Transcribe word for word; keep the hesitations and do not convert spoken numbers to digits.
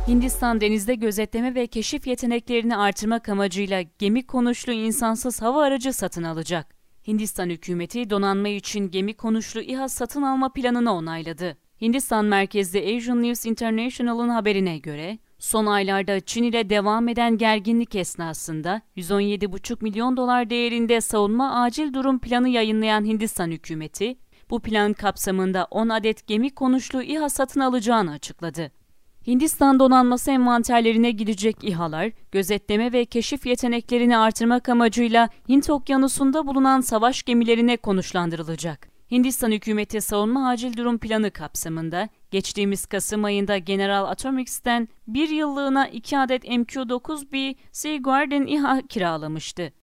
Hindistan denizde gözetleme ve keşif yeteneklerini artırmak amacıyla gemi konuşlu insansız hava aracı satın alacak. Hindistan hükümeti donanma için gemi konuşlu İHA satın alma planını onayladı. Hindistan merkezli Asian News International'ın haberine göre, son aylarda Çin ile devam eden gerginlik esnasında yüz on yedi buçuk milyon dolar değerinde savunma acil durum planı yayınlayan Hindistan hükümeti, bu plan kapsamında on adet gemi konuşlu İHA satın alacağını açıkladı. Hindistan donanması envanterlerine girecek İHA'lar, gözetleme ve keşif yeteneklerini artırmak amacıyla Hint Okyanusu'nda bulunan savaş gemilerine konuşlandırılacak. Hindistan hükümeti savunma acil durum planı kapsamında, geçtiğimiz Kasım ayında General Atomics'ten bir yıllığına iki adet M Q dokuz B Sea Guardian İHA kiralamıştı.